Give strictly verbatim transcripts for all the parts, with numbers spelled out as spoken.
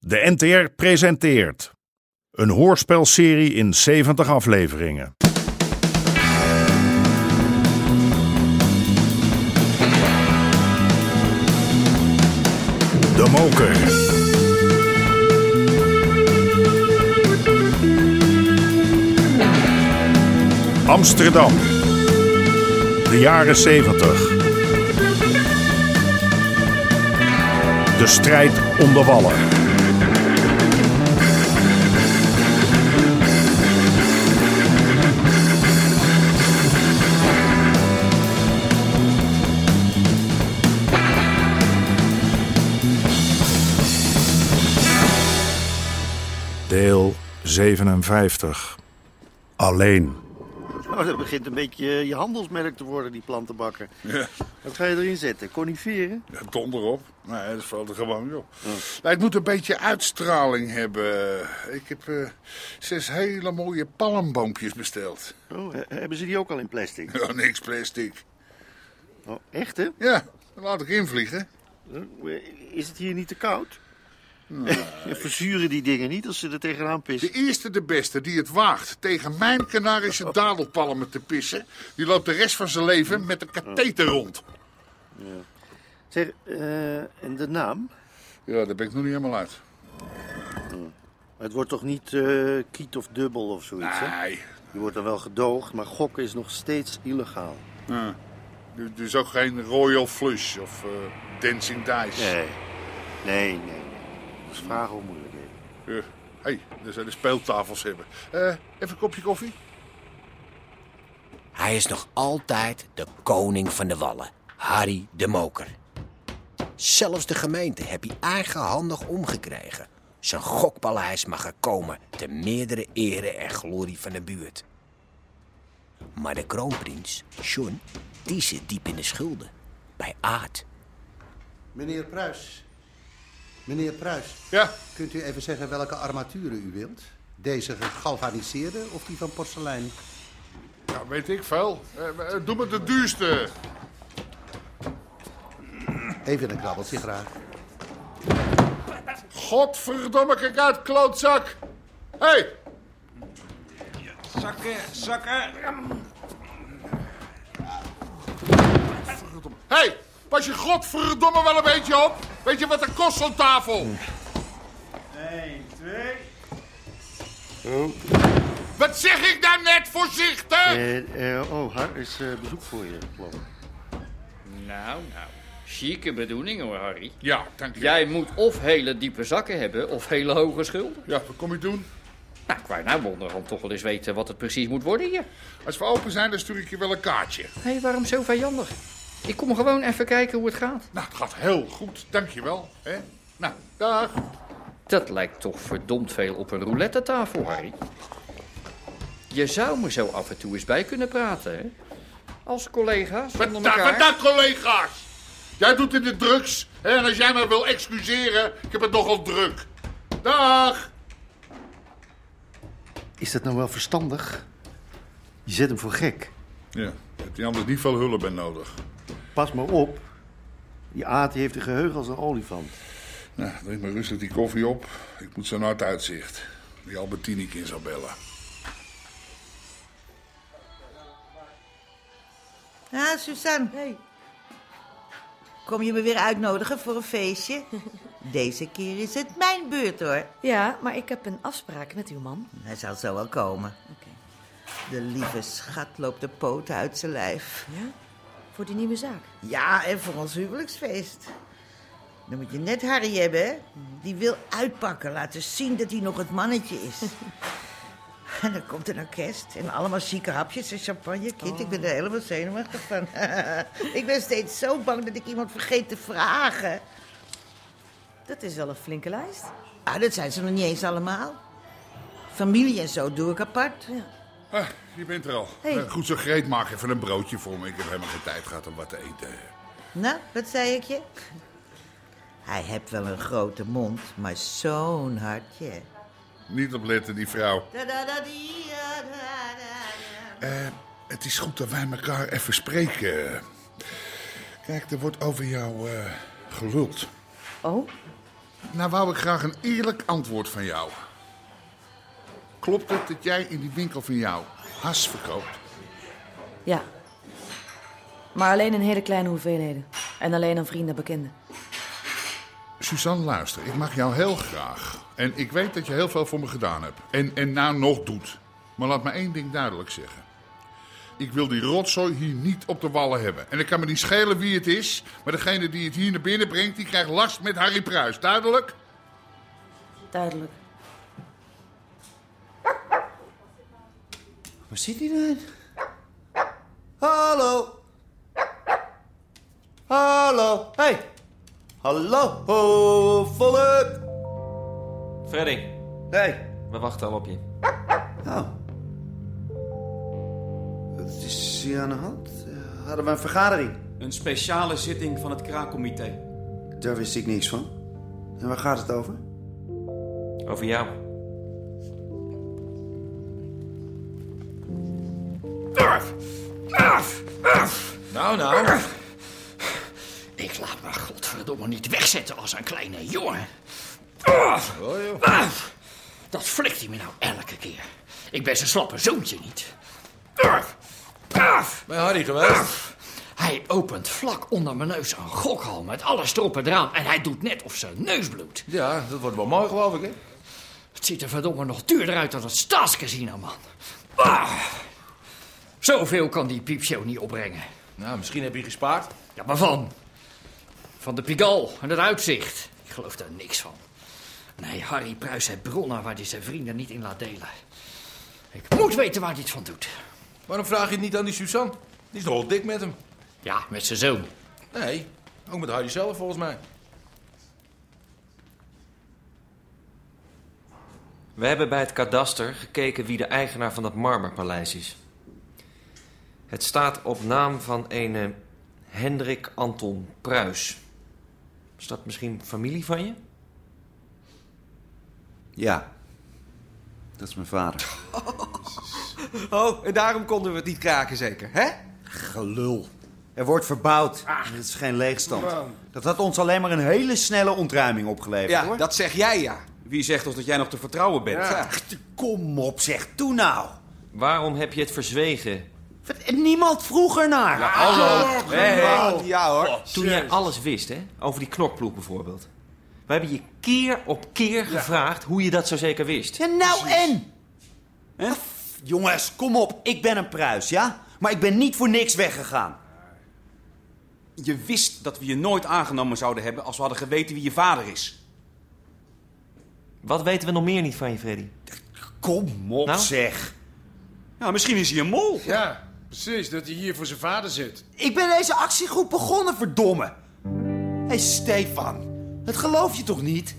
De N T R presenteert een hoorspelserie in zeventig afleveringen. De Moker. Amsterdam. De jaren zeventig. De strijd om de wallen. Deel zevenenvijftig. Alleen. Oh, dat begint een beetje je handelsmerk te worden, die plantenbakken. Ja. Wat ga je erin zetten? Coniferen? Ja, donder op. Nee, dat valt er gewoon op. Ja. Nou, het moet een beetje uitstraling hebben. Ik heb uh, zes hele mooie palmboompjes besteld. Oh, he- hebben ze die ook al in plastic? Ja, niks plastic. Oh, echt, hè? Ja, dan laat ik invliegen. Is het hier niet te koud? Nee. Verzuren die dingen niet als ze er tegenaan pissen? De eerste de beste die het waagt tegen mijn Canarische dadelpalmen te pissen, die loopt de rest van zijn leven met een katheter rond. Ja. Zeg, uh, en de naam? Ja, daar ben ik nog niet helemaal uit. Oh. Het wordt toch niet uh, kiet of dubbel of zoiets, hè? Nee. Die wordt dan wel gedoogd, maar gokken is nog steeds illegaal. Ja. Dus ook geen Royal Flush of uh, Dancing Dice. Nee, nee, nee. nee. Dat is vragen om moeilijkheden. Hé, uh, hey, daar zijn de speeltafels hebben. Uh, even een kopje koffie? Hij is nog altijd de koning van de wallen. Harry de Moker. Zelfs de gemeente heb hij eigenhandig omgekregen. Zijn gokpaleis mag er komen te meerdere ere en glorie van de buurt. Maar de kroonprins, John, die zit diep in de schulden. Bij Aad. Meneer Pruis. Meneer Pruis. Ja? Kunt u even zeggen welke armaturen u wilt? Deze gegalvaniseerde of die van porselein? Ja, weet ik veel. Uh, doe me de duurste. Even een krabbeltje graag. Godverdomme, kijk uit, klootzak. Hé! Hey. Zakken, zakken. Hé, hey, pas je godverdomme wel een beetje op. Weet je wat er kost zo'n tafel? Eén, twee. Oh. Wat zeg ik daar net, voorzichtig? Uh, uh, oh, Har is uh, bezoek voor je, geloof ik. Nou, nou. Chique bedoeling hoor, Harry. Ja, dank je. Jij moet of hele diepe zakken hebben, of hele hoge schulden. Ja, wat kom je doen? Nou, ik wou nou onderhand toch wel eens weten wat het precies moet worden hier. Als we open zijn, dan stuur ik je wel een kaartje. Hé, hey, waarom zo vijandig? Ik kom gewoon even kijken hoe het gaat. Nou, het gaat heel goed, dank je wel. Hè? Nou, dag. Dat lijkt toch verdomd veel op een roulette tafel, Harry. Je zou me zo af en toe eens bij kunnen praten, hè? Als collega's Wat onder dan, elkaar. wat dan, collega's? Jij doet in de drugs. Hè? En als jij me wil excuseren, ik heb het nogal druk. Dag. Is dat nou wel verstandig? Je zet hem voor gek. Ja, heb je anders niet veel hulp bij nodig. Pas maar op. Die Aad die heeft een geheugen als een olifant. Nou, drink maar rustig die koffie op. Ik moet zo naar het uitzicht. Die Albertiniek in zal bellen. Ah, Suzanne. Hey. Kom je me weer uitnodigen voor een feestje? Deze keer is het mijn beurt, hoor. Ja, maar ik heb een afspraak met uw man. Hij zal zo wel komen. Oké. De lieve schat loopt de poten uit zijn lijf. Ja? Voor die nieuwe zaak? Ja, en voor ons huwelijksfeest. Dan moet je net Harry hebben, hè? Die wil uitpakken, laten zien dat hij nog het mannetje is. En dan komt een orkest en allemaal chique hapjes en champagne. Kind, oh. Ik ben er helemaal zenuwachtig van. Ik ben steeds zo bang dat ik iemand vergeet te vragen. Dat is wel een flinke lijst. Ah, dat zijn ze nog niet eens allemaal. Familie en zo doe ik apart. Ja. Ah, je bent er al. Hey. Uh, goed zo, Greet, maak even een broodje voor me. Ik heb helemaal geen tijd gehad om wat te eten. Nou, wat zei ik je? Hij heeft wel een grote mond, maar zo'n hartje. Niet op letten, die vrouw. Uh, het is goed dat wij elkaar even spreken. Kijk, er wordt over jou uh, geluld. Oh? Nou wou ik graag een eerlijk antwoord van jou. Klopt het dat jij in die winkel van jou has verkoopt? Ja. Maar alleen in hele kleine hoeveelheden. En alleen aan vrienden en bekenden. Suzanne, luister. Ik mag jou heel graag. En ik weet dat je heel veel voor me gedaan hebt. En, en nou nog doet. Maar laat me één ding duidelijk zeggen. Ik wil die rotzooi hier niet op de wallen hebben. En ik kan me niet schelen wie het is. Maar degene die het hier naar binnen brengt, die krijgt last met Harry Pruis. Duidelijk? Duidelijk. Waar zit hij dan? Hallo. Hallo. Hey. Hallo, ho, volk. Freddy, Hey. we wachten al op je. Oh. Wat is hier aan de hand? Uh, Hadden we een vergadering? Een speciale zitting van het kraakcomité. Daar wist ik niks van. En waar gaat het over? Over jou. Nou, nou. Ik laat me godverdomme niet wegzetten als een kleine jongen. Dat flikt hij me nou elke keer. Ik ben zijn slappe zoontje niet. Ben Harry geweest? Hij opent vlak onder mijn neus een gokhal met alles erop en eraan. En hij doet net of zijn neus bloedt. Ja, dat wordt wel mooi, geloof ik, hè? Het ziet er verdomme nog duurder uit dan het staatscasino, man. Ah. Zoveel kan die piepshow niet opbrengen. Nou, misschien heb je gespaard. Ja, maar van? Van de Pigalle en het uitzicht. Ik geloof daar niks van. Nee, Harry Pruis heeft bronnen waar hij zijn vrienden niet in laat delen. Ik moet weten waar hij het van doet. Waarom vraag je het niet aan die Suzanne? Die is nogal dik met hem. Ja, met zijn zoon. Nee, ook met Harry zelf volgens mij. We hebben bij het kadaster gekeken wie de eigenaar van dat marmerpaleis is. Het staat op naam van een Hendrik Anton Pruis. Is dat misschien familie van je? Ja. Dat is mijn vader. Oh, en daarom konden we het niet kraken zeker, hè? Gelul. Er wordt verbouwd. Het is geen leegstand. Dat had ons alleen maar een hele snelle ontruiming opgeleverd, Ja, hoor. dat zeg jij, ja. Wie zegt toch dat jij nog te vertrouwen bent? Ja. Ja. Kom op, zeg. Doe nou. Waarom heb je het verzwegen? Niemand vroeg ernaar. Ja, hallo. Hey, hey. Ja, hoor. Toen jij alles wist, hè? Over die knokploeg bijvoorbeeld. We hebben je keer op keer gevraagd hoe je dat zo zeker wist. Ja, nou en? Hè? Jongens, kom op. Ik ben een Pruis, ja? Maar ik ben niet voor niks weggegaan. Je wist dat we je nooit aangenomen zouden hebben als we hadden geweten wie je vader is. Wat weten we nog meer niet van je, Freddy? Kom op, Nou? zeg. Ja, misschien is hij een mol. Ja, precies, dat hij hier voor zijn vader zit. Ik ben deze actiegroep begonnen, verdomme. Hé, hey, Stefan. Dat geloof je toch niet?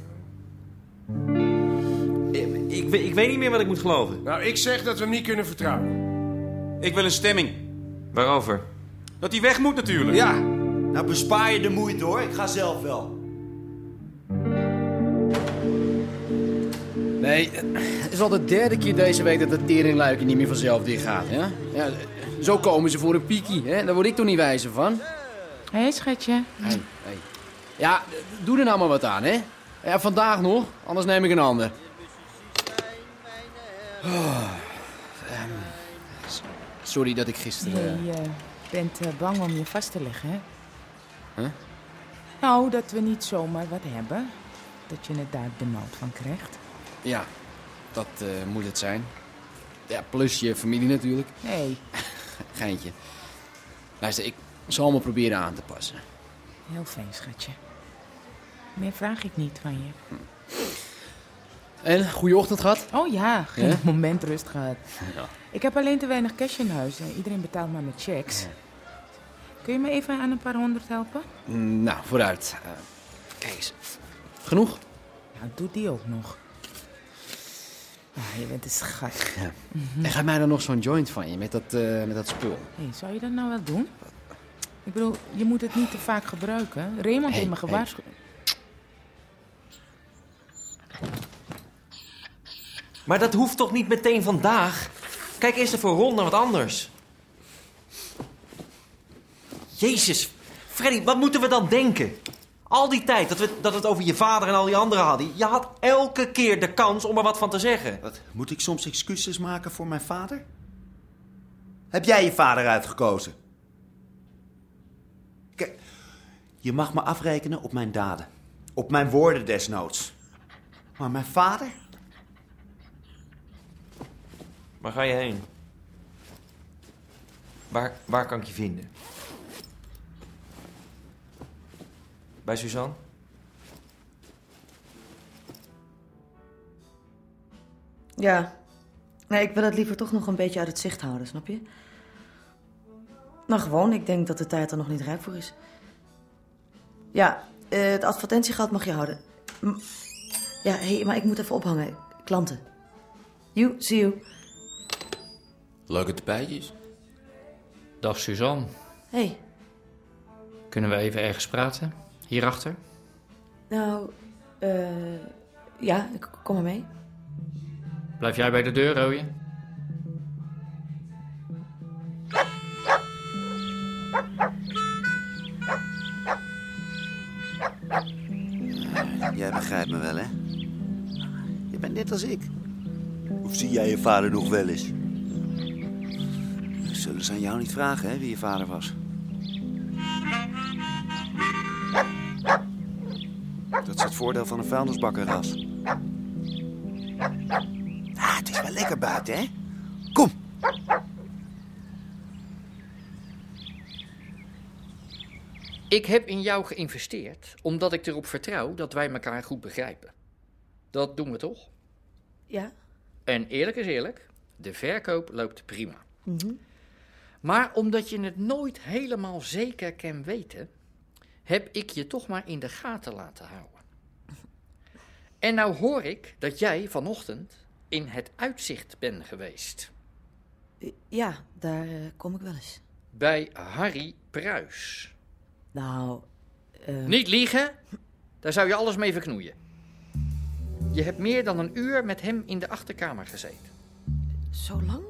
Ik, ik, ik weet niet meer wat ik moet geloven. Nou, ik zeg dat we hem niet kunnen vertrouwen. Ik wil een stemming. Waarover? Dat hij weg moet natuurlijk. Ja. Nou, bespaar je de moeite, hoor. Ik ga zelf wel. Nee, het is al de derde keer deze week dat het teringluikje niet meer vanzelf dicht gaat. Ja? Ja, zo komen ze voor een piekie, hè? Daar word ik toch niet wijzer van. Hé, hey, schatje. Hey, hey. Ja, doe er nou maar wat aan, hè? Ja, vandaag nog, anders neem ik een ander. Oh, um, sorry dat ik gisteren... Je uh, bent uh, bang om je vast te leggen, hè? Huh? Nou, dat we niet zomaar wat hebben. Dat je het daar benauwd van krijgt. Ja, dat uh, moet het zijn. Ja, plus je familie natuurlijk. Nee. Geintje. Luister, ik zal me proberen aan te passen. Heel fijn, schatje. Meer vraag ik niet van je. En, goeie ochtend gehad? Oh ja, geen Ja? moment rust gehad. Ja. Ik heb alleen te weinig cash in huis. Iedereen betaalt maar met checks. Ja. Kun je me even aan een paar honderd helpen? Mm, nou, vooruit. Uh, kijk eens. Genoeg? Nou, doe die ook nog. Ah, je bent een schat. Ja. En geef mij dan nog zo'n joint van je met dat, uh, met dat spul. Hey, zou je dat nou wel doen? Ik bedoel, je moet het niet te vaak gebruiken. Raymond Hey, heeft me gewaarschuwd. hey. Maar dat hoeft toch niet meteen vandaag? Kijk eerst even rond naar wat anders. Jezus, Freddy, wat moeten we dan denken? Al die tijd dat we, dat we het over je vader en al die anderen hadden. Je had elke keer de kans om er wat van te zeggen. Wat, moet ik soms excuses maken voor mijn vader? Heb jij je vader uitgekozen? Kijk, je mag me afrekenen op mijn daden. Op mijn woorden desnoods. Maar mijn vader? Waar ga je heen? Waar, waar kan ik je vinden? Bij Suzanne? Ja. Nee, ik wil het liever toch nog een beetje uit het zicht houden, snap je? Nou, gewoon. Ik denk dat de tijd er nog niet rijp voor is. Ja, uh, het advertentiegat mag je houden. M ja, hé, hey, maar ik moet even ophangen. Klanten. You, see you. Leuke tapijtjes. Dag Suzanne. Hey. Kunnen we even ergens praten? Hierachter? Nou, eh... Uh, ja, ik kom maar mee. Blijf jij bij de deur, Rooie? Jij begrijpt me wel, hè? Je bent net als ik. Of zie jij je vader nog wel eens? Zullen ze aan jou niet vragen, hè, wie je vader was? Dat is het voordeel van een vuilnisbakkerras. Ah, het is wel lekker buiten, hè? Kom! Ik heb in jou geïnvesteerd omdat ik erop vertrouw dat wij elkaar goed begrijpen. Dat doen we toch? Ja. En eerlijk is eerlijk, de verkoop loopt prima. Mm-hmm. Maar omdat je het nooit helemaal zeker kan weten, heb ik je toch maar in de gaten laten houden. En nou hoor ik dat jij vanochtend in het uitzicht bent geweest. Ja, daar uh, kom ik wel eens. Bij Harry Pruis. Nou, uh... Niet liegen, daar zou je alles mee verknoeien. Je hebt meer dan een uur met hem in de achterkamer gezeten. Zo lang?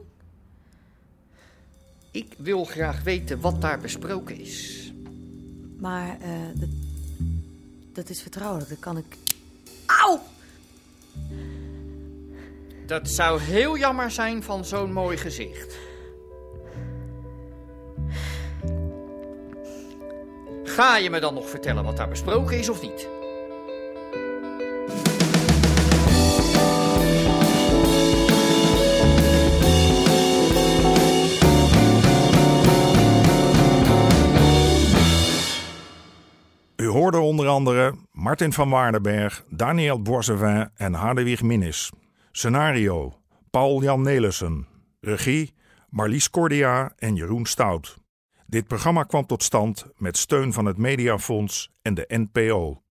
Ik wil graag weten wat daar besproken is. Maar, uh, dat, dat is vertrouwelijk, dat kan ik... Auw! Dat zou heel jammer zijn van zo'n mooi gezicht. Ga je me dan nog vertellen wat daar besproken is of niet? U hoorde onder andere Martin van Waardenberg, Daniel Boissevin en Hadewig Minnis. Scenario: Paul-Jan Nelissen. Regie: Marlies Cordia en Jeroen Stout. Dit programma kwam tot stand met steun van het Mediafonds en de N P O.